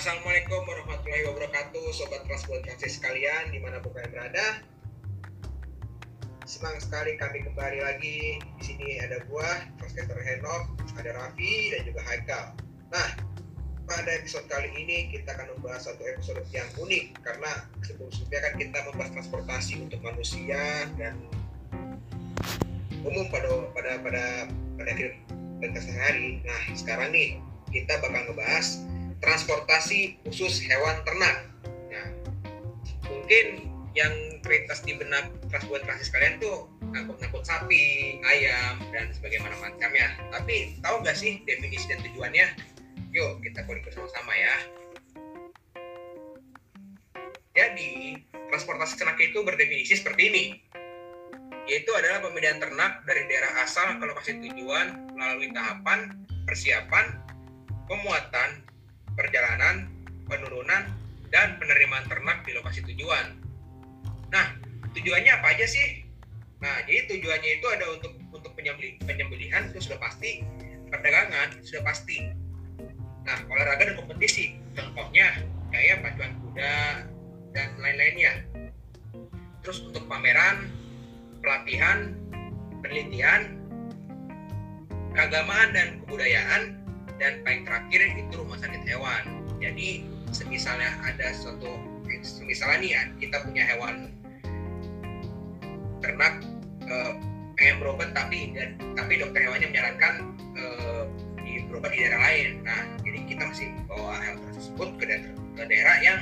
Assalamualaikum warahmatullahi wabarakatuh, sobat transportasi sekalian dimanapun kalian berada. Senang sekali kami kembali lagi. Di sini ada gua, Translator Henok, ada Raffi dan juga Haikal. Nah, pada episode kali ini kita akan membahas satu episode yang unik karena sebelumnya kan kita membahas transportasi untuk manusia dan umum pada kehidupan sehari. Nah, sekarang nih kita bakal ngebahas transportasi khusus hewan ternak. Nah, mungkin yang terlintas di benak transportasi sekalian tuh ngangkut sapi, ayam, dan sebagaimana macamnya. Tapi tahu nggak sih definisi dan tujuannya? Yuk kita kulik bersama-sama ya. Jadi, transportasi ternak itu berdefinisi seperti ini, yaitu adalah pemindahan ternak dari daerah asal ke lokasi tujuan melalui tahapan persiapan, pemuatan, perjalanan, penurunan, dan penerimaan ternak di lokasi tujuan. Nah, tujuannya apa aja sih? Nah, jadi tujuannya itu ada untuk penyembelihan itu sudah pasti, perdagangan sudah pasti. Nah, olahraga dan kompetisi, contohnya kayak pacuan kuda dan lain-lainnya. Terus untuk pameran, pelatihan, penelitian, keagamaan dan kebudayaan, dan paling terakhir itu rumah sakit hewan. Jadi misalnya nih ya, kita punya hewan ternak pengen berobat tapi dokter hewannya menyarankan berobat di daerah lain. Nah, jadi kita masih bawa hewan tersebut ke daerah yang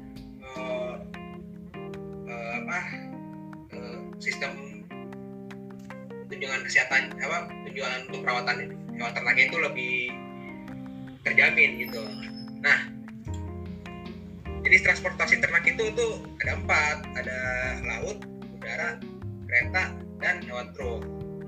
sistem tunjangan kesehatan tunjangan untuk perawatan hewan ternaknya itu lebih terjamin gitu. Nah, jenis transportasi ternak itu ada 4, ada laut, udara, kereta, dan hewan truk.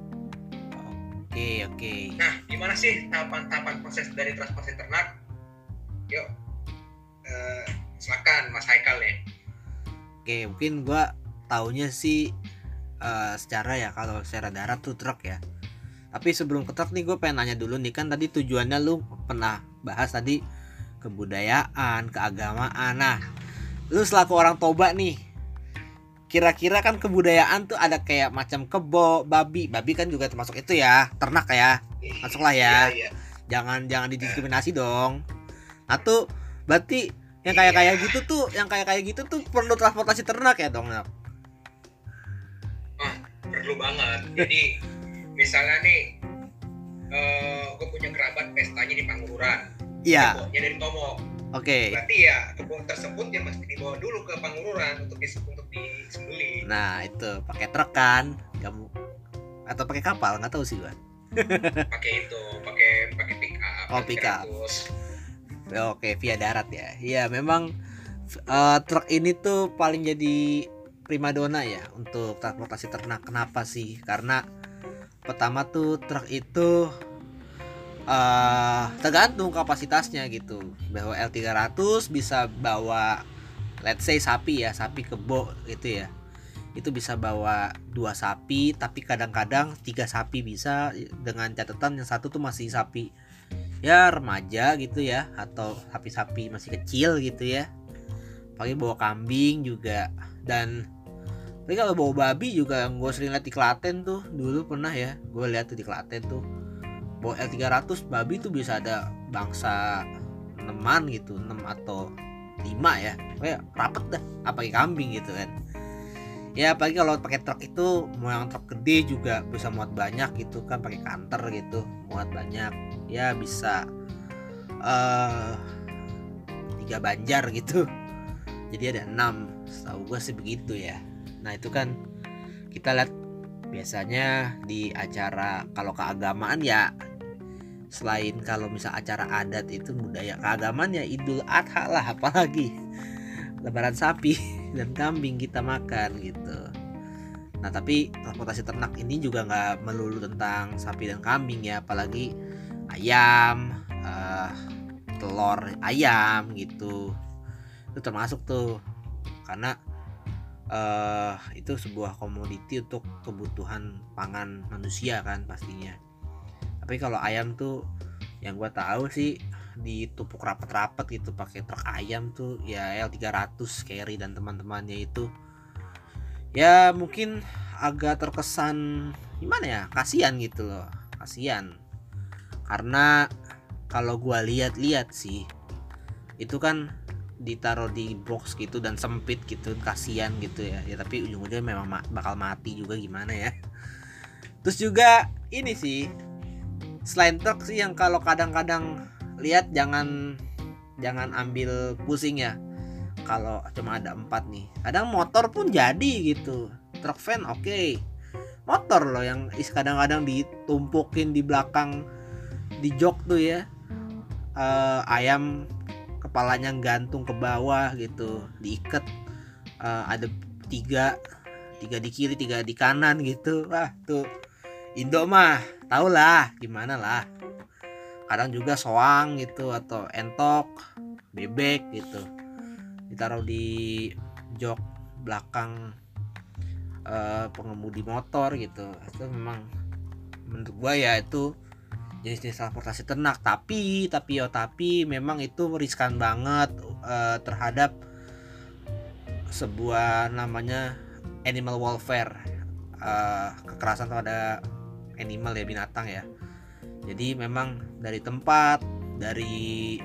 Oke. Nah, gimana sih tahapan proses dari transportasi ternak? Yuk, silakan Mas Haikal nih. Oke, mungkin gua taunya sih kalau secara darat tuh truk ya. Tapi sebelum ke truk nih, gue pengen nanya dulu nih, kan tadi tujuannya lu pernah bahas tadi kebudayaan, keagamaan. Nah, lu selaku orang Toba nih, kira-kira kan kebudayaan tuh ada kayak macam kebo, babi kan juga termasuk itu ya, ternak ya, masuklah ya. Iya. Jangan didiskriminasi dong. Nah tuh berarti yang kayak gitu tuh perlu transportasi ternak ya dong. Perlu banget. Jadi misalnya nih, gue punya kerabat pestanya di Pangururan. Iya. Kebunnya dari Tomo. Oke. Berarti ya kebun tersebut ya mesti dibawa dulu ke Pangururan untuk disembeli. Nah itu pakai truk kan, kamu atau pakai kapal nggak tahu sih gua. pakai pick up. Oh, pick up. Oke, via darat ya. Iya memang truk ini tuh paling jadi primadona ya untuk transportasi ternak. Kenapa sih? Karena pertama tuh truk itu tergantung kapasitasnya gitu. Bahwa L300 bisa bawa, let's say sapi kebo gitu ya. Itu bisa bawa 2 sapi, tapi kadang-kadang 3 sapi bisa, dengan catatan yang satu tuh masih sapi ya remaja gitu ya, atau sapi-sapi masih kecil gitu ya. Pakai bawa kambing juga. Dan tapi kalau bawa babi juga gue sering lihat di Klaten tuh, dulu pernah ya gue lihat tuh di Klaten tuh bawa L300 babi tuh bisa ada bangsa 6 gitu, 6 atau 5 ya, kayak rapet dah, apa pakai kambing gitu kan ya. Apalagi kalau pakai truk itu, mau yang truk gede juga bisa muat banyak gitu kan, pakai kanter gitu muat banyak ya, bisa 3 banjar gitu, jadi ada 6, setahu gue sih begitu ya. Nah itu kan kita lihat biasanya di acara kalau keagamaan ya, selain kalau misal acara adat itu budaya keagamaan ya Idul Adha lah, apalagi lebaran sapi dan kambing kita makan gitu. Nah tapi transportasi ternak ini juga nggak melulu tentang sapi dan kambing ya, apalagi ayam, telur ayam gitu, itu termasuk tuh, karena itu sebuah komoditi untuk kebutuhan pangan manusia kan pastinya. Tapi kalau ayam tuh yang gue tahu sih ditumpuk rapet-rapet gitu pakai truk ayam tuh ya L300 Carry dan teman-temannya itu. Ya mungkin agak terkesan gimana ya, kasihan gitu loh, kasihan. Karena kalau gua lihat-lihat sih itu kan ditaruh di box gitu dan sempit gitu, kasihan gitu ya. Ya tapi ujung-ujungnya memang bakal mati juga gimana ya. Terus juga ini sih, selain truk sih yang kalau kadang-kadang lihat jangan ambil pusing ya. Kalau cuma ada 4 nih, kadang motor pun jadi gitu. Truk van oke. Motor loh yang kadang-kadang ditumpukin di belakang di jok tuh ya. Ayam kepalanya gantung ke bawah gitu, diikat, ada tiga di kiri 3 di kanan gitu. Wah tuh Indo mah tau lah gimana lah. Kadang juga soang gitu atau entok bebek gitu ditaruh di jok belakang pengemudi motor gitu. Itu memang menurut gua ya itu jenis transportasi ternak, tapi memang itu riskan banget terhadap sebuah namanya animal welfare, kekerasan pada animal ya, binatang ya. Jadi memang dari tempat, dari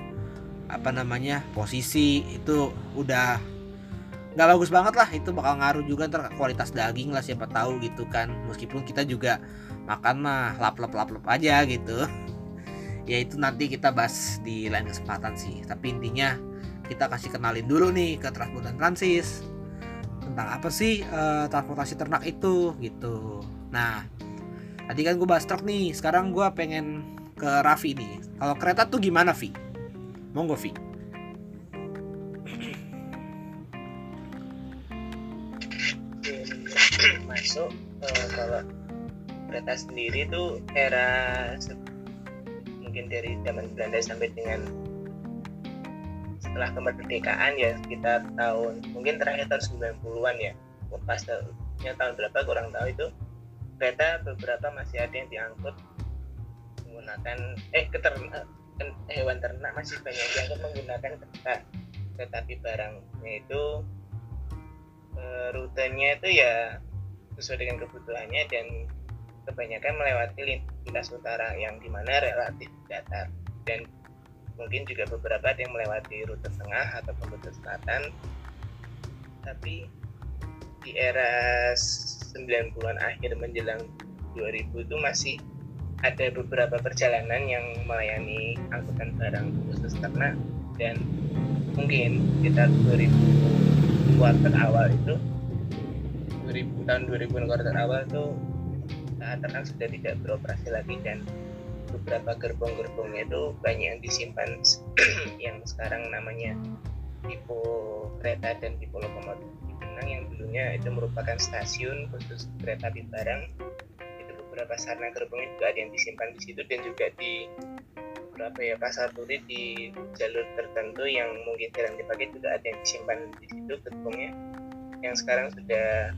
posisi itu udah nggak bagus banget lah. Itu bakal ngaruh juga ntar kualitas daging lah, siapa tahu gitu kan. Meskipun kita juga makan mah lap aja gitu. Ya itu nanti kita bahas di lain kesempatan sih. Tapi intinya kita kasih kenalin dulu nih ke Transbodan Transis tentang apa sih transportasi ternak itu gitu. Nah tadi kan gue bahas truk nih, sekarang gue pengen ke Raffi nih. Kalau kereta tuh gimana, Vi? Monggo, Vi. Masuk kalau kereta sendiri tuh era mungkin dari zaman Belanda sampai dengan setelah kemerdekaan ya, sekitar tahun mungkin terakhir tahun 90-an ya. Pasnya tahun berapa kurang tahu itu. Kereta beberapa masih ada yang diangkut menggunakan hewan ternak masih banyak yang diangkut menggunakan kereta api barang, yaitu rutenya itu ya sesuai dengan kebutuhannya dan kebanyakan melewati lintas utara yang dimana relatif datar, dan mungkin juga beberapa ada yang melewati rute tengah ataupun rute selatan. Tapi di era 90-an akhir menjelang 2000 itu masih ada beberapa perjalanan yang melayani angkutan barang khusus ternak, dan mungkin sekitar 2000 kuartal awal itu tahun 2000 kuartal awal itu saat ternak sudah tidak beroperasi lagi, dan beberapa gerbong-gerbongnya itu banyak yang disimpan yang sekarang namanya tipe kereta dan tipe lokomotif yang dulunya itu merupakan stasiun khusus kereta api barang. Itu beberapa sarana gerbongnya juga ada yang disimpan di situ, dan juga di beberapa ya pasar turi di jalur tertentu yang mungkin jarang dipakai juga ada yang disimpan di situ gerbongnya, yang sekarang sudah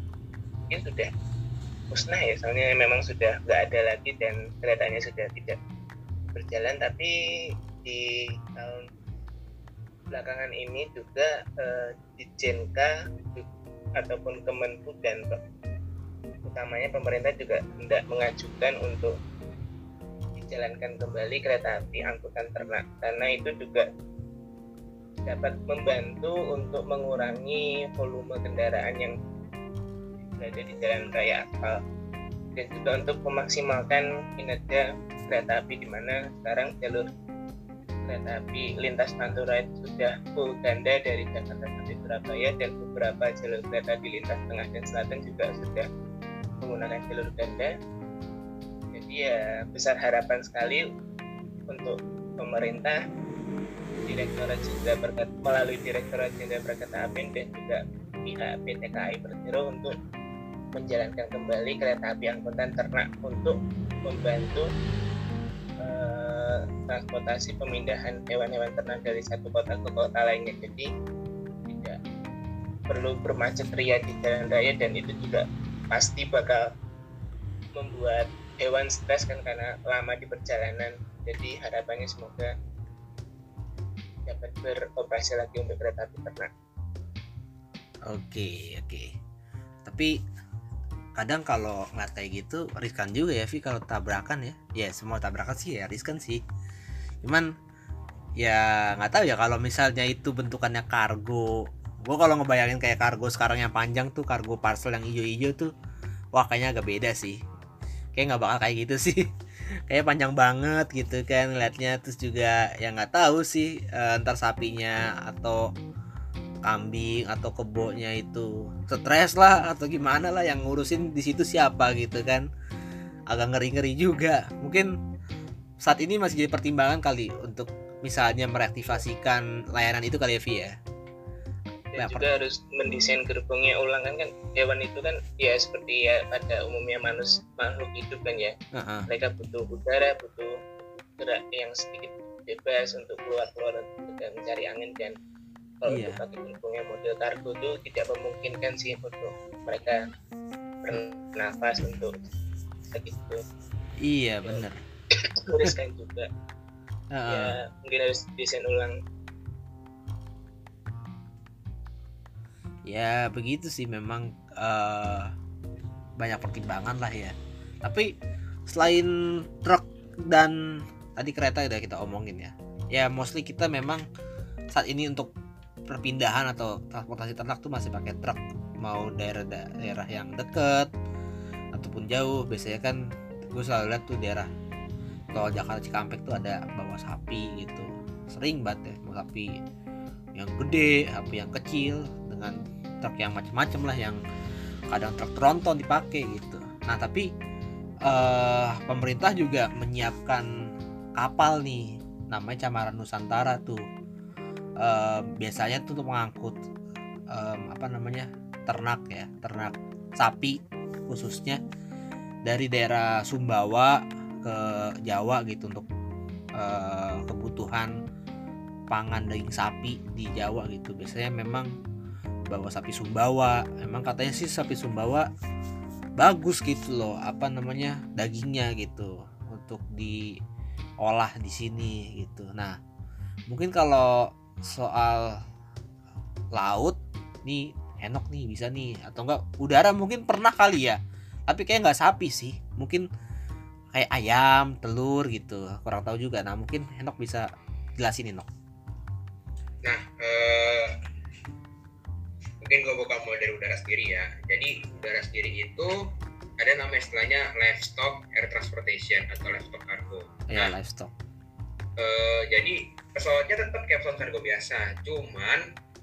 musnah ya, soalnya memang sudah nggak ada lagi dan keretanya sudah tidak berjalan. Tapi di tahun belakangan ini juga Ditjenka ataupun Kemenku dan utamanya pemerintah juga hendak mengajukan untuk dijalankan kembali kereta api angkutan ternak, karena itu juga dapat membantu untuk mengurangi volume kendaraan yang berada di jalan raya aspal, dan juga untuk memaksimalkan kinerja kereta api, di mana sekarang jalur kereta api lintas Pantura itu sudah full ganda dari Jakarta sampai Surabaya, dan beberapa jalur kereta di lintas tengah dan selatan juga sudah menggunakan jalur ganda. Jadi ya besar harapan sekali untuk pemerintah, Direktorat Jenderal melalui Direktorat Jenderal Perkereta Apian dan juga pihak PT KAI Persero untuk menjalankan kembali kereta api angkutan ternak untuk membantu transportasi pemindahan hewan-hewan ternak dari satu kota ke kota lainnya. Jadi tidak perlu bermacet ria di jalan raya, dan itu juga pasti bakal membuat hewan stres kan karena lama di perjalanan. Jadi harapannya semoga dapat beroperasi lagi untuk kereta api ternak. Oke. Tapi kadang kalau ngeliat kayak gitu riskan juga ya Vi, kalau tabrakan ya. Ya semua tabrakan sih ya riskan sih. Cuman ya nggak tahu ya kalau misalnya itu bentukannya kargo. Gue kalau ngebayangin kayak kargo sekarang yang panjang tuh, kargo parcel yang ijo-ijo tuh, wah kayaknya agak beda sih. Kayak nggak bakal kayak gitu sih. Kayak panjang banget gitu kan ngeliatnya. Terus juga ya nggak tahu sih ntar sapinya atau kambing atau kebonya itu stres lah atau gimana lah, yang ngurusin di situ siapa gitu kan. Agak ngeri-ngeri juga. Mungkin saat ini masih jadi pertimbangan kali untuk misalnya mereaktivasikan layanan itu kali ya Vi ya. Dan juga harus mendesain gerbongnya ulang kan hewan itu kan ya seperti ya pada umumnya makhluk hidup kan ya. Mereka butuh udara, butuh gerak yang sedikit bebas untuk keluar untuk mencari angin, dan kalau untuk pakai gerbongnya model kargo itu tidak memungkinkan sih untuk mereka bernafas untuk begitu. Iya benar. Riskan juga. Ya mungkin harus desain ulang. Ya begitu sih memang, banyak pertimbangan lah ya. Tapi selain truk dan tadi kereta udah kita omongin ya. Ya mostly kita memang saat ini untuk perpindahan atau transportasi ternak tuh masih pakai truk, mau daerah yang deket ataupun jauh. Biasanya kan gue selalu lihat tuh daerah tol Jakarta Cikampek tuh ada bawa sapi gitu, sering banget ya, bawa sapi yang gede, sapi yang kecil, dengan truk yang macam-macam lah, yang kadang truk tronton dipakai gitu. Nah tapi pemerintah juga menyiapkan kapal nih, namanya Camaran Nusantara tuh. Biasanya tuh untuk mengangkut ternak sapi khususnya dari daerah Sumbawa ke Jawa gitu, untuk kebutuhan pangan daging sapi di Jawa gitu. Biasanya memang bawa sapi Sumbawa. Emang katanya sih sapi Sumbawa bagus gitu loh, dagingnya gitu untuk diolah di sini gitu. Nah mungkin kalau soal laut nih Henok nih bisa nih, atau enggak udara mungkin pernah kali ya, tapi kayak nggak sapi sih, mungkin kayak ayam, telur gitu, kurang tahu juga. Nah mungkin Henok bisa jelasin Henok. Nah mungkin gue buka mulai dari udara sendiri ya. Jadi udara sendiri itu ada nama istilahnya livestock air transportation atau livestock cargo. Ya livestock. Jadi pesawatnya tetap kayak pesawat kargo biasa, cuman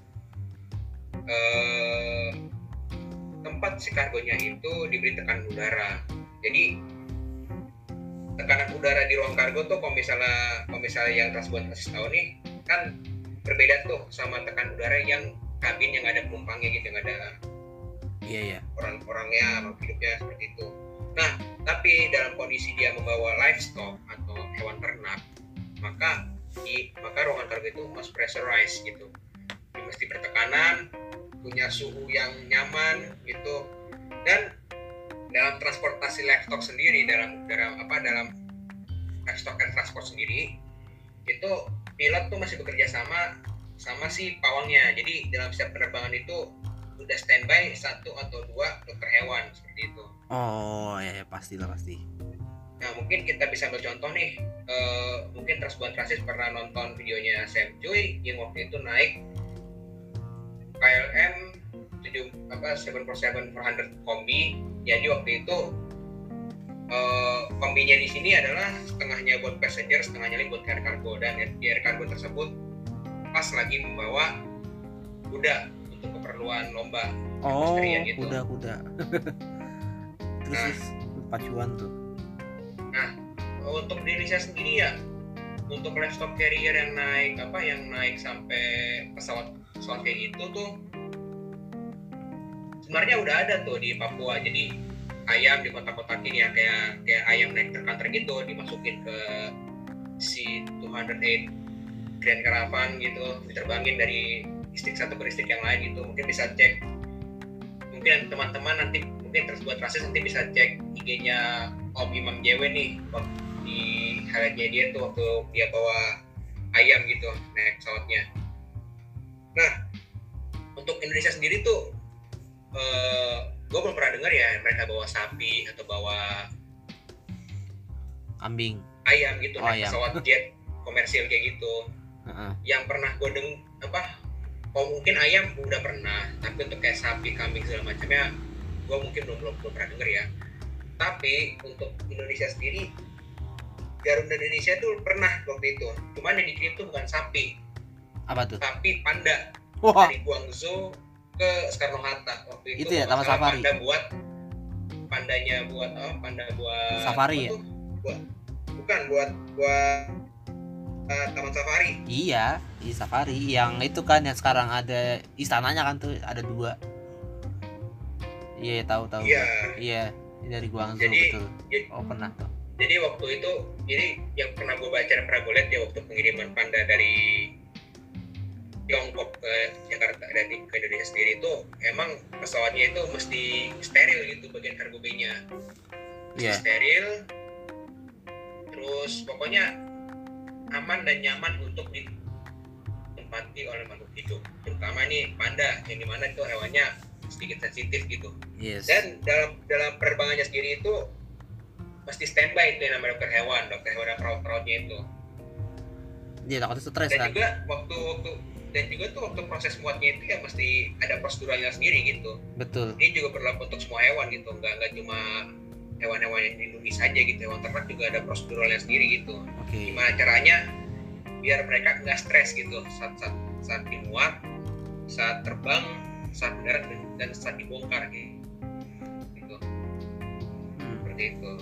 tempat si kargonya itu diberi tekanan udara. Jadi tekanan udara di ruang kargo tuh kalau misalnya yang transportasi tahu nih kan berbeda tuh sama tekanan udara yang kabin yang ada penumpangnya gitu, yang ada orang-orangnya, hidupnya seperti itu. Nah tapi dalam kondisi dia membawa livestock atau hewan ternak, maka ruangan kargo itu harus pressurized gitu, dia mesti bertekanan, punya suhu yang nyaman gitu. Dan dalam transportasi livestock sendiri, dalam livestock and transport sendiri itu pilot tuh masih bekerja sama si pawangnya. Jadi dalam setiap penerbangan itu udah standby 1 atau 2 dokter hewan seperti itu. Oh ya pasti. Nah mungkin kita bisa ambil contoh nih, mungkin Transbuan Transis pernah nonton videonya Sam Cuy yang waktu itu naik KLM 747-400 kombi. Jadi waktu itu kombinya di sini adalah setengahnya buat passenger, setengahnya lagi buat air cargo, dan di air cargo tersebut pas lagi membawa kuda untuk keperluan lomba. Gitu. Kuda. Terus pacuan tuh. Nah untuk di Indonesia sendiri ya, untuk livestock carrier yang naik sampai pesawat kayak gitu tuh sebenarnya udah ada tuh di Papua. Jadi ayam di kotak-kotakin ya, kayak ayam naik truk gitu, dimasukin ke si 208 Grand Caravan gitu, diterbangin dari distrik satu ke distrik yang lain gitu. Mungkin bisa cek, mungkin teman-teman nanti mungkin Transbuan Transis nanti bisa cek IG-nya Om Imam JW nih, di highlightnya dia tuh waktu dia bawa ayam gitu naik pesawatnya. Nah untuk Indonesia sendiri tuh gue belum pernah dengar ya mereka bawa sapi atau bawa Kambing. ayam gitu naik Ayam. pesawat jet komersil kayak gitu. Yang pernah gue mungkin ayam udah pernah, tapi untuk kayak sapi, kambing segala macamnya gue mungkin belum pernah denger ya. Tapi untuk Indonesia sendiri, Garuda Indonesia tuh pernah waktu itu, cuman yang dikirim tuh bukan sapi. Apa tuh? Tapi panda. Wah. Dari Guangzhou ke Soekarno Hatta waktu itu ya Taman Safari. Panda buat safari ya? Buat Taman Safari. Iya, di Safari yang itu kan yang sekarang ada istananya kan tuh ada 2. Iya, tahu. Iya, dari Guangzhou betul. Pernah tuh. Jadi waktu itu yang pernah gue baca dan pernah gue lihat ya waktu pengiriman panda dari Tiongkok ke Jakarta dan ke Indonesia sendiri itu emang pesawatnya itu mesti steril gitu bagian kargo bay-nya. Steril. Terus pokoknya aman dan nyaman untuk ditempati oleh makhluk hidup, terutama nih panda yang dimana itu hewannya sedikit sensitif gitu. Dan dalam penerbangannya sendiri itu mesti standby itu yang namanya dokter hewan yang perawat-perawatnya itu. Iya, takutnya stres dan kan. juga waktu proses muatnya itu ya mesti ada prosedurnya sendiri gitu. Betul. Ini juga berlaku untuk semua hewan gitu, nggak cuma hewan-hewan yang dilindungi saja gitu, hewan ternak juga ada prosedurnya sendiri gitu. Gimana caranya biar mereka nggak stres gitu saat dimuat, saat terbang, saat mendarat dan saat dibongkar gitu. Seperti itu.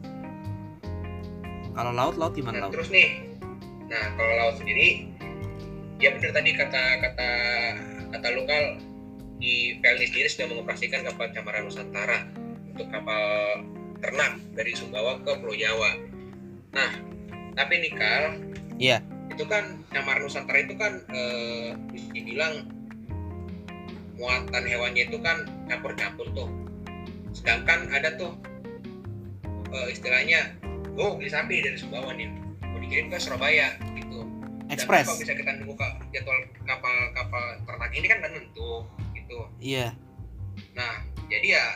Kalau laut gimana laut? Terus nih, kalau laut sendiri, ya benar tadi kata lokal di PLN sendiri sudah mengoperasikan kapal Cemara Nusantara untuk kapal ternak dari Sumbawa ke Pulau Jawa. Nah, tapi nih Kal, itu kan Cemara Nusantara itu kan dibilang muatan hewannya itu kan campur-campur tuh. Sedangkan ada tuh istilahnya gue beli sapi dari Sumbawa nih, mau dikirim ke Surabaya gitu. Ekspres. Kalau bisa kita nunggu jadwal kapal ternak ini kan tentu gitu. Iya. Nah, jadi ya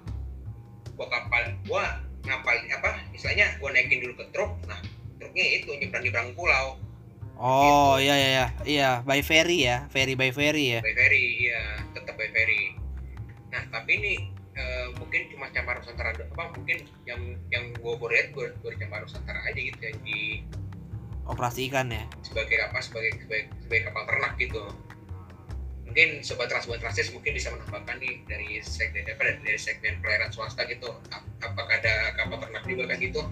gua ngapal istilahnya gua naikin dulu ke truk. Nah, truknya itu nyebrang pulau. Oh, gitu. Iya, by ferry ya. By ferry ya. By ferry, iya, tetap by ferry. Nah, tapi ini mungkin cuma Cemara Nusantara mungkin yang gua lihat gua Cemara Nusantara aja gitu yang di operasikan ya sebagai kapal ternak gitu. Mungkin sobat transis mungkin bisa menambahkan nih dari segmen pelayaran swasta gitu, apakah ada kapal ternak juga kan gitu.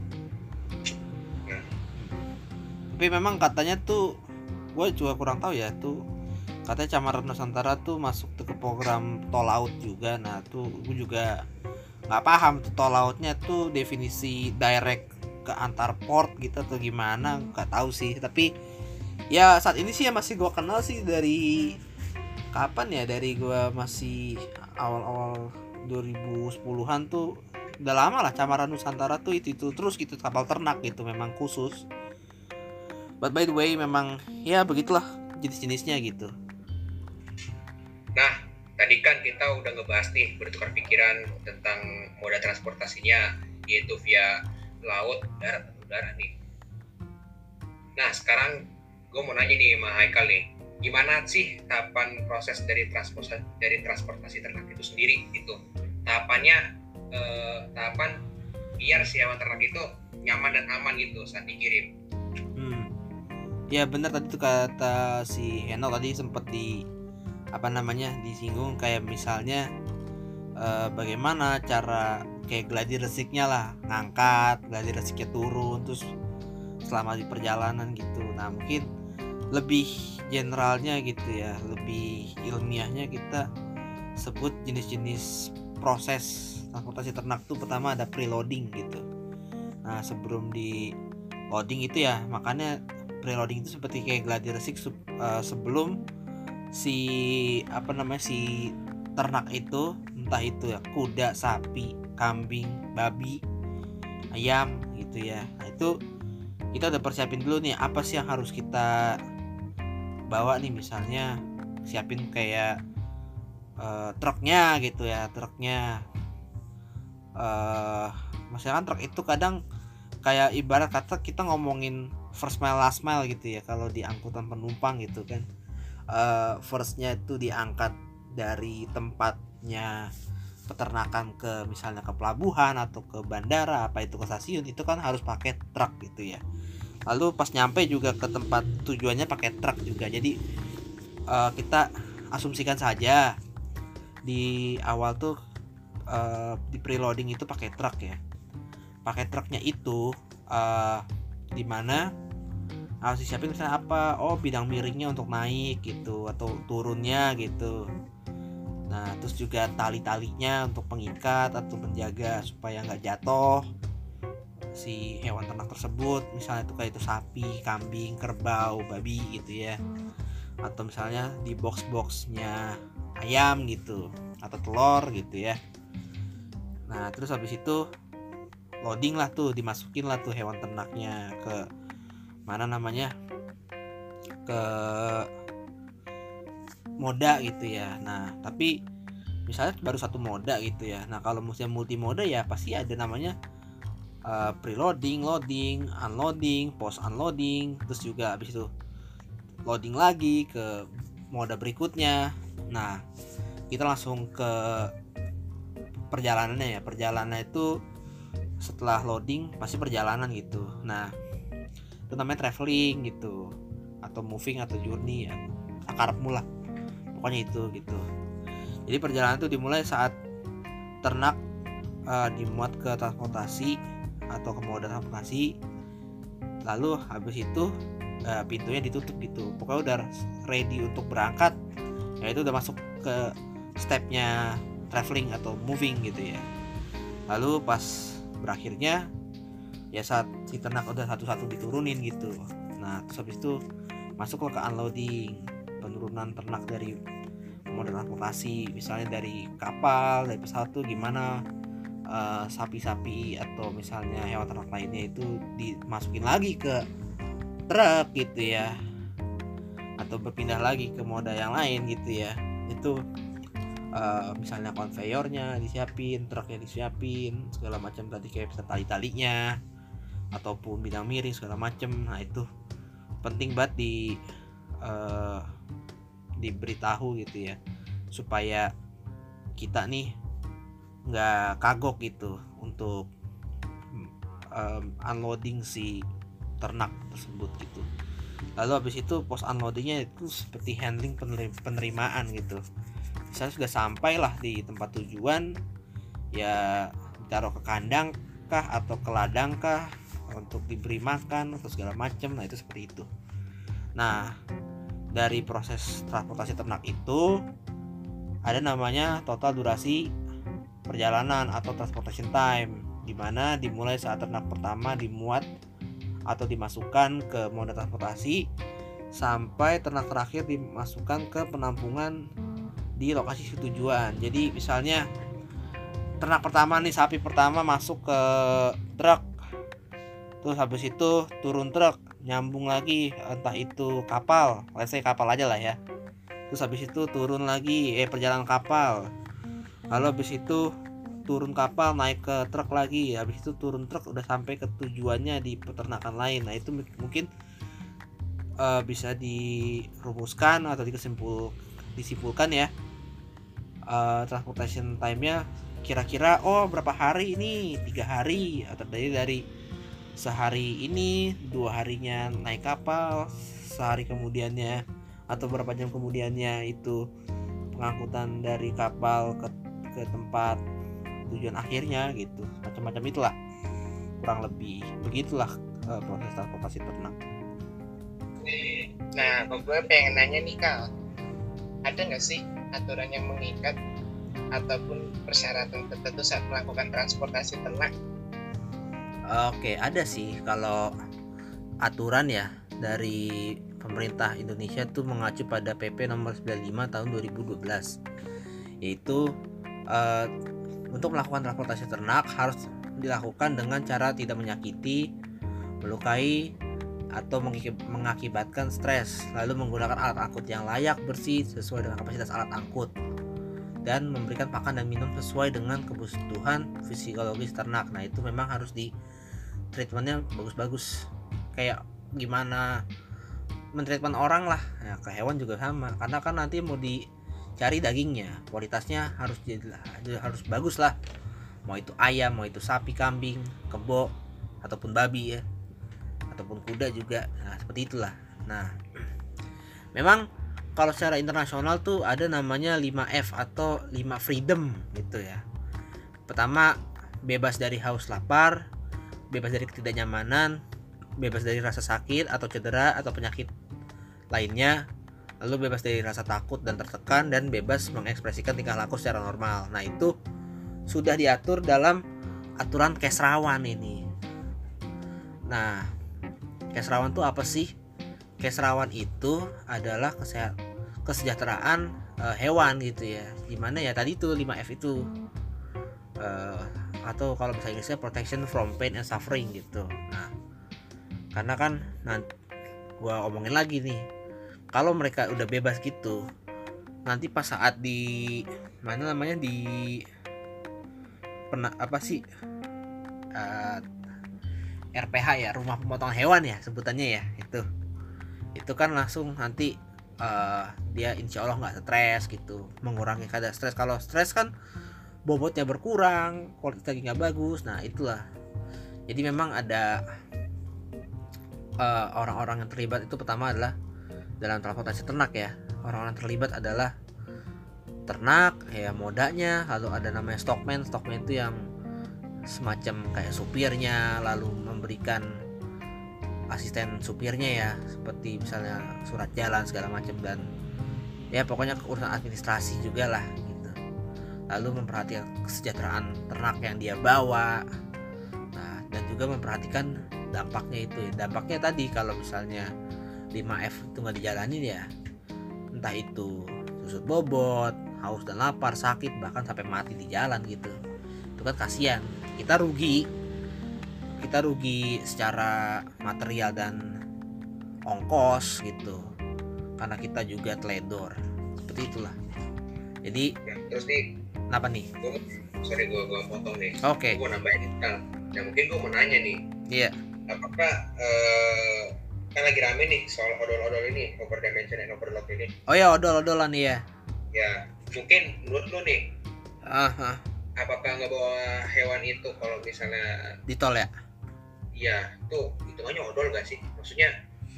Tapi memang katanya tuh gue juga kurang tahu ya, tuh katanya Cemara Nusantara tuh masuk tuh ke program tol laut juga. Nah tuh gue juga nggak paham tuh tol lautnya tuh definisi direct ke antar port gitu atau gimana, nggak tahu sih. Tapi ya saat ini sih ya masih gue kenal sih dari kapan ya, dari gue masih awal 2010-an tuh udah lama lah Cemara Nusantara tuh itu terus gitu, kapal ternak gitu memang khusus. But by the way memang ya begitulah jenis-jenisnya gitu. Nah tadi kan kita udah ngebahas nih, bertukar pikiran tentang moda transportasinya, yaitu via laut, darat, dan udara nih. Nah sekarang gue mau nanya nih sama Haikal nih, gimana sih tahapan proses dari transportasi ternak itu sendiri gitu? Tahapan biar si hewan ternak itu nyaman dan aman gitu saat dikirim. Ya benar tadi tuh kata si Heno tadi sempat disinggung kayak misalnya bagaimana cara kayak gladi resiknya lah, ngangkat gladi resiknya turun terus selama di perjalanan gitu. Nah mungkin lebih generalnya gitu ya, lebih ilmiahnya kita sebut jenis-jenis proses transportasi ternak tuh pertama ada preloading gitu. Nah sebelum di loading itu ya, makanya preloading itu seperti kayak gladi resik sebelum si ternak itu, entah itu ya kuda, sapi, kambing, babi, ayam gitu ya. Nah itu kita udah persiapin dulu nih apa sih yang harus kita bawa nih, misalnya siapin kayak truknya gitu ya, maksudnya kan truk itu kadang kayak ibarat kata kita ngomongin first mile last mile gitu ya, kalau di angkutan penumpang gitu kan. Firstnya itu diangkat dari tempatnya peternakan ke misalnya ke pelabuhan atau ke bandara, apa itu ke stasiun, itu kan harus pakai truk gitu ya. Lalu pas nyampe juga ke tempat tujuannya pakai truk juga. Jadi kita asumsikan saja di awal tuh di preloading itu pakai truk ya. Pakai truknya itu dimana harus disiapin misalnya apa, bidang miringnya untuk naik gitu atau turunnya gitu. Nah terus juga tali-talinya untuk pengikat atau penjaga supaya nggak jatuh si hewan ternak tersebut, misalnya itu kayak itu sapi, kambing, kerbau, babi gitu ya, atau misalnya di box-boxnya ayam gitu atau telur gitu ya. Nah terus habis itu loading lah tuh, dimasukin lah tuh hewan ternaknya ke mana namanya, ke moda gitu ya. Nah tapi misalnya baru satu moda gitu ya. Nah kalau musim multi moda ya pasti ada namanya preloading, loading, unloading, post unloading, terus juga habis itu loading lagi ke moda berikutnya. Nah kita langsung ke perjalanannya ya. Perjalanan itu setelah loading pasti perjalanan gitu. Nah itu namanya traveling gitu, atau moving atau journey ya, akarapmu lah pokoknya itu gitu. Jadi perjalanan itu dimulai saat ternak dimuat ke transportasi atau ke moda transportasi, lalu habis itu pintunya ditutup gitu, pokoknya udah ready untuk berangkat ya, itu udah masuk ke stepnya traveling atau moving gitu ya. Lalu pas berakhirnya ya saat si ternak udah satu-satu diturunin gitu. Nah terus habis itu masuk ke unloading, penurunan ternak dari moda transportasi, misalnya dari kapal, dari pesawat tuh gimana sapi-sapi atau misalnya hewan ternak lainnya itu dimasukin lagi ke truk gitu ya, atau berpindah lagi ke moda yang lain gitu ya. Itu misalnya konveyornya disiapin, truknya disiapin, segala macam tadi kayak bisa tali-talinya ataupun bidang miring segala macam. Nah itu penting banget diberitahu gitu ya, supaya kita nih nggak kagok gitu untuk unloading si ternak tersebut gitu. Lalu habis itu post unloadingnya itu seperti handling penerimaan gitu. Misalnya sudah sampai lah di tempat tujuan ya, ditaruh ke kandang kah atau ke ladang kah untuk diberi makan atau segala macam. Nah itu seperti itu. Nah dari proses transportasi ternak itu ada namanya total durasi perjalanan atau transportation time, dimana dimulai saat ternak pertama dimuat atau dimasukkan ke moda transportasi sampai ternak terakhir dimasukkan ke penampungan di lokasi tujuan. Jadi misalnya ternak pertama nih, sapi pertama masuk ke truk, terus habis itu turun truk, nyambung lagi entah itu kapal, let's say kapal aja lah ya, terus habis itu turun lagi perjalanan kapal, lalu habis itu turun kapal naik ke truk lagi, habis itu turun truk udah sampai ke tujuannya di peternakan lain. Nah itu mungkin bisa dirumuskan atau disimpulkan ya, transportation time-nya kira-kira berapa hari ini, 3 hari atau dari sehari ini 2 harinya naik kapal, sehari kemudiannya atau berapa jam kemudiannya itu pengangkutan dari kapal ke tempat tujuan akhirnya gitu. Macam-macam itulah, kurang lebih begitulah proses transportasi ternak. Nah, gue pengen nanya nih Kal, ada nggak sih aturan yang mengikat ataupun persyaratan tertentu saat melakukan transportasi ternak? Oke, ada sih. Kalau aturan ya dari pemerintah Indonesia tuh mengacu pada PP nomor 95 tahun 2012, yaitu untuk melakukan transportasi ternak harus dilakukan dengan cara tidak menyakiti, melukai, atau mengakibatkan stres, lalu menggunakan alat angkut yang layak, bersih, sesuai dengan kapasitas alat angkut, dan memberikan pakan dan minum sesuai dengan kebutuhan fisiologis ternak. Nah itu memang harus di treatmentnya bagus-bagus, kayak gimana mentreatment orang lah ya, ke hewan juga sama, karena kan nanti mau dicari dagingnya, kualitasnya harus bagus lah, mau itu ayam, mau itu sapi, kambing, kebo, ataupun babi ya, ataupun kuda juga. Nah seperti itulah. Nah memang kalau secara internasional tuh ada namanya 5F atau 5 freedom gitu ya. Pertama, bebas dari haus lapar, bebas dari ketidaknyamanan, bebas dari rasa sakit atau cedera atau penyakit lainnya, lalu bebas dari rasa takut dan tertekan, dan bebas mengekspresikan tingkah laku secara normal. Nah itu sudah diatur dalam aturan Kesrawan ini. Nah Kesrawan itu apa sih? Kesrawan itu adalah kesejahteraan hewan gitu ya. Gimana ya tadi tuh 5F itu, atau kalau bahasa Inggrisnya protection from pain and suffering gitu. Nah karena kan nanti gua omongin lagi nih, kalau mereka udah bebas gitu, nanti pas saat di mana namanya di RPH ya, rumah pemotongan hewan ya sebutannya ya, itu kan langsung nanti dia insya Allah nggak stres gitu, mengurangi kadar stres. Kalau stres kan bobotnya berkurang, kualitas dagingnya bagus. Nah itulah, jadi memang ada orang-orang yang terlibat itu pertama adalah dalam transportasi ternak ya. Orang-orang terlibat adalah ternak ya, modanya, lalu ada namanya stockman itu yang semacam kayak supirnya, lalu memberikan asisten supirnya ya, seperti misalnya surat jalan segala macam, dan ya pokoknya urusan administrasi juga lah gitu. Lalu memperhatikan kesejahteraan ternak yang dia bawa. Nah dan juga memperhatikan dampaknya itu ya. Dampaknya tadi kalau misalnya 5F itu nggak dijalanin ya, entah itu susut bobot, haus dan lapar, sakit, bahkan sampai mati di jalan gitu. Itu kan kasihan, kita rugi secara material dan ongkos gitu, karena kita juga teledor. Seperti itulah. Jadi ya, terus nih kenapa nih? Gue potong nih. Oke. Gue nambahin mungkin gue mau nanya nih. Iya. Apakah kan lagi rame nih soal odol-odol ini, over dimension and overload ini. Oh ya, odol-odolan nih ya. Ya, mungkin menurut lu nih, apakah ngebawa hewan itu kalau misalnya di tol ya? Iya, tuh hitungannya odol gak sih? Maksudnya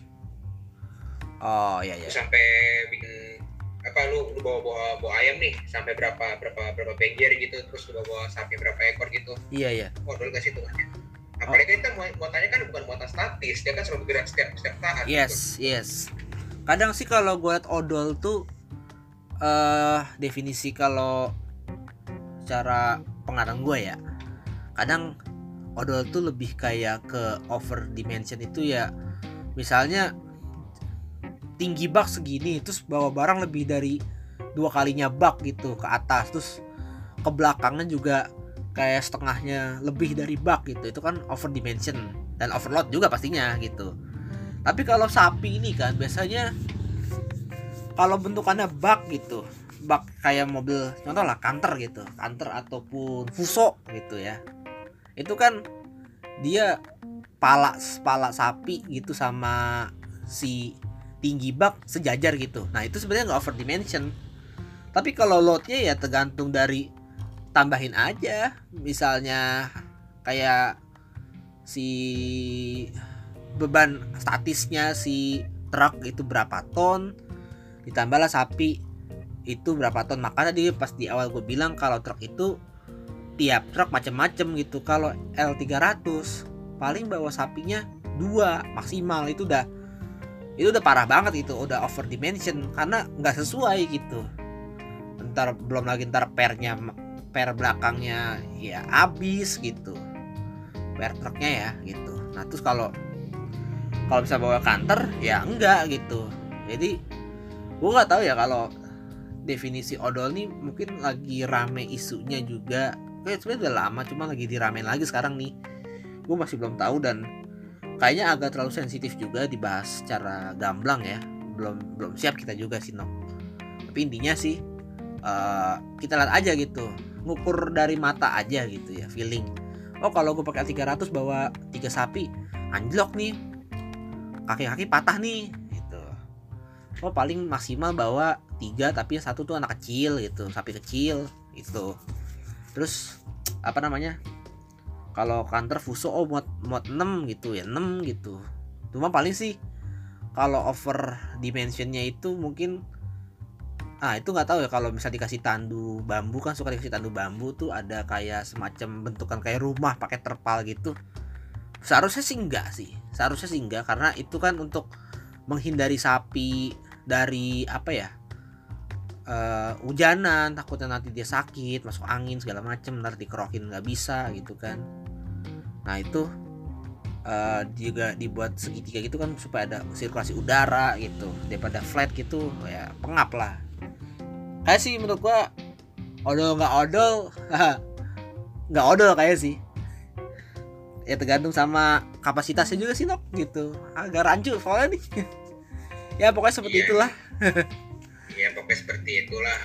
oh iya. Sampai bikin apa, lu bawa ayam nih sampai berapa pengger gitu, terus lu bawa sapi berapa ekor gitu. Iya. Odol gak sih hitungannya? Apalagi kita muatannya kan bukan muatan statis, dia kan selalu bergerak setiap saat. Yes. Kadang sih kalau gue liat odol tuh definisi kalau secara pengarang gue ya, kadang odol tuh lebih kayak ke over dimension itu ya. Misalnya tinggi bak segini, terus bawa barang lebih dari 2 kalinya bak gitu ke atas, terus ke belakangnya juga kayak setengahnya lebih dari bak gitu. Itu kan over dimension dan overload juga pastinya gitu. Tapi kalau sapi ini kan biasanya kalau bentukannya bak gitu, bak kayak mobil, contoh lah Canter gitu, Canter ataupun Fuso gitu ya, itu kan dia pala sapi gitu sama si tinggi bak sejajar gitu. Nah itu sebenarnya nggak over dimension. Tapi kalau loadnya ya tergantung dari, tambahin aja, misalnya kayak si beban statisnya si truk itu berapa ton, ditambahlah sapi itu berapa ton. Makanya dia pas di awal gue bilang kalau truk itu tiap truk macam-macam gitu. Kalau L300 paling bawa sapinya 2 maksimal, itu udah parah banget, itu udah over dimension karena nggak sesuai gitu. Belum lagi per belakangnya ya habis gitu, per truknya ya gitu. Nah terus kalau bisa bawa Canter ya enggak gitu. Jadi gue nggak tahu ya kalau definisi odol nih, mungkin lagi rame isunya juga. Sebenarnya udah lama, cuma lagi diramein lagi sekarang nih. Gue masih belum tahu dan kayaknya agak terlalu sensitif juga dibahas secara gamblang ya. Belum siap kita juga sih Nok. Tapi intinya sih kita lihat aja gitu, ngukur dari mata aja gitu ya, feeling. Oh kalau gue pakai L300 bawa 3 sapi, anjlok nih, kaki-kaki patah nih gitu. Oh paling maksimal bawa 3 tapi yang satu tuh anak kecil gitu, sapi kecil gitu. Terus apa namanya, kalau kantor fuso muat 6 gitu ya, 6 gitu. Cuma paling sih kalau over dimensionnya itu mungkin itu nggak tahu ya, kalau misal dikasih tandu bambu, kan suka dikasih tandu bambu tuh ada kayak semacam bentukan kayak rumah pakai terpal gitu. Seharusnya sih enggak karena itu kan untuk menghindari sapi dari apa ya, hujanan, takutnya nanti dia sakit, masuk angin segala macem, ntar dikerokin nggak bisa gitu kan. Nah itu juga dibuat segitiga gitu kan supaya ada sirkulasi udara gitu, daripada flat gitu ya, pengap lah. Kayak sih menurut gua odol nggak odol nggak odol kayak sih ya, tergantung sama kapasitasnya juga sih Nok gitu, agak rancu soalnya nih. Ya pokoknya seperti itulah. Ya pokoknya seperti itulah.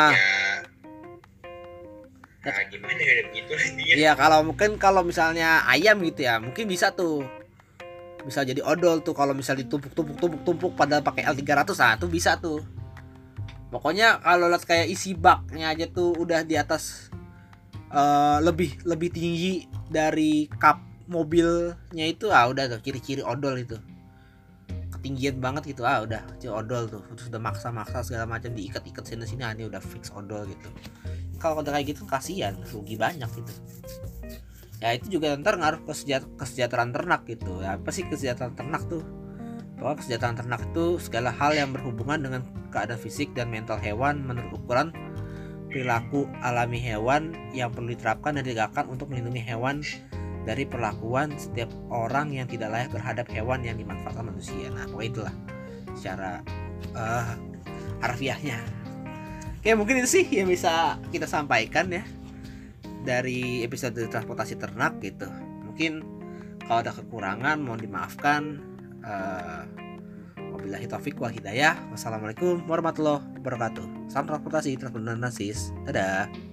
Ya gimana ya, begitu lah intinya. Ya kalau misalnya ayam gitu ya mungkin bisa tuh, bisa jadi odol tuh kalau misal ditumpuk pada pakai L300 tuh bisa tuh. Pokoknya kalau lihat kayak isi baknya aja tuh udah di atas, lebih tinggi dari kap mobilnya itu, udah tuh ciri-ciri odol itu. Ketinggian banget gitu, udah odol tuh. Terus udah maksa segala macam, diikat-ikat sini ini udah fix odol gitu. Kalau udah kayak gitu kasihan, rugi banyak gitu. Ya itu juga ntar ngaruh ke kesejahteraan ternak gitu. Ya, apa sih kesejahteraan ternak tuh? Bahwa kesejahteraan ternak itu segala hal yang berhubungan dengan keadaan fisik dan mental hewan menurut ukuran perilaku alami hewan yang perlu diterapkan dan ditegakkan untuk melindungi hewan dari perlakuan setiap orang yang tidak layak terhadap hewan yang dimanfaatkan manusia. Nah, pokoknya itulah secara harfiahnya. Oke, mungkin itu sih yang bisa kita sampaikan ya dari episode transportasi ternak gitu. Mungkin kalau ada kekurangan mohon dimaafkan. Wabillahi taufik wal hidayah. Wassalamualaikum warahmatullahi wabarakatuh. Salam transportasi, transportasi. Dadah.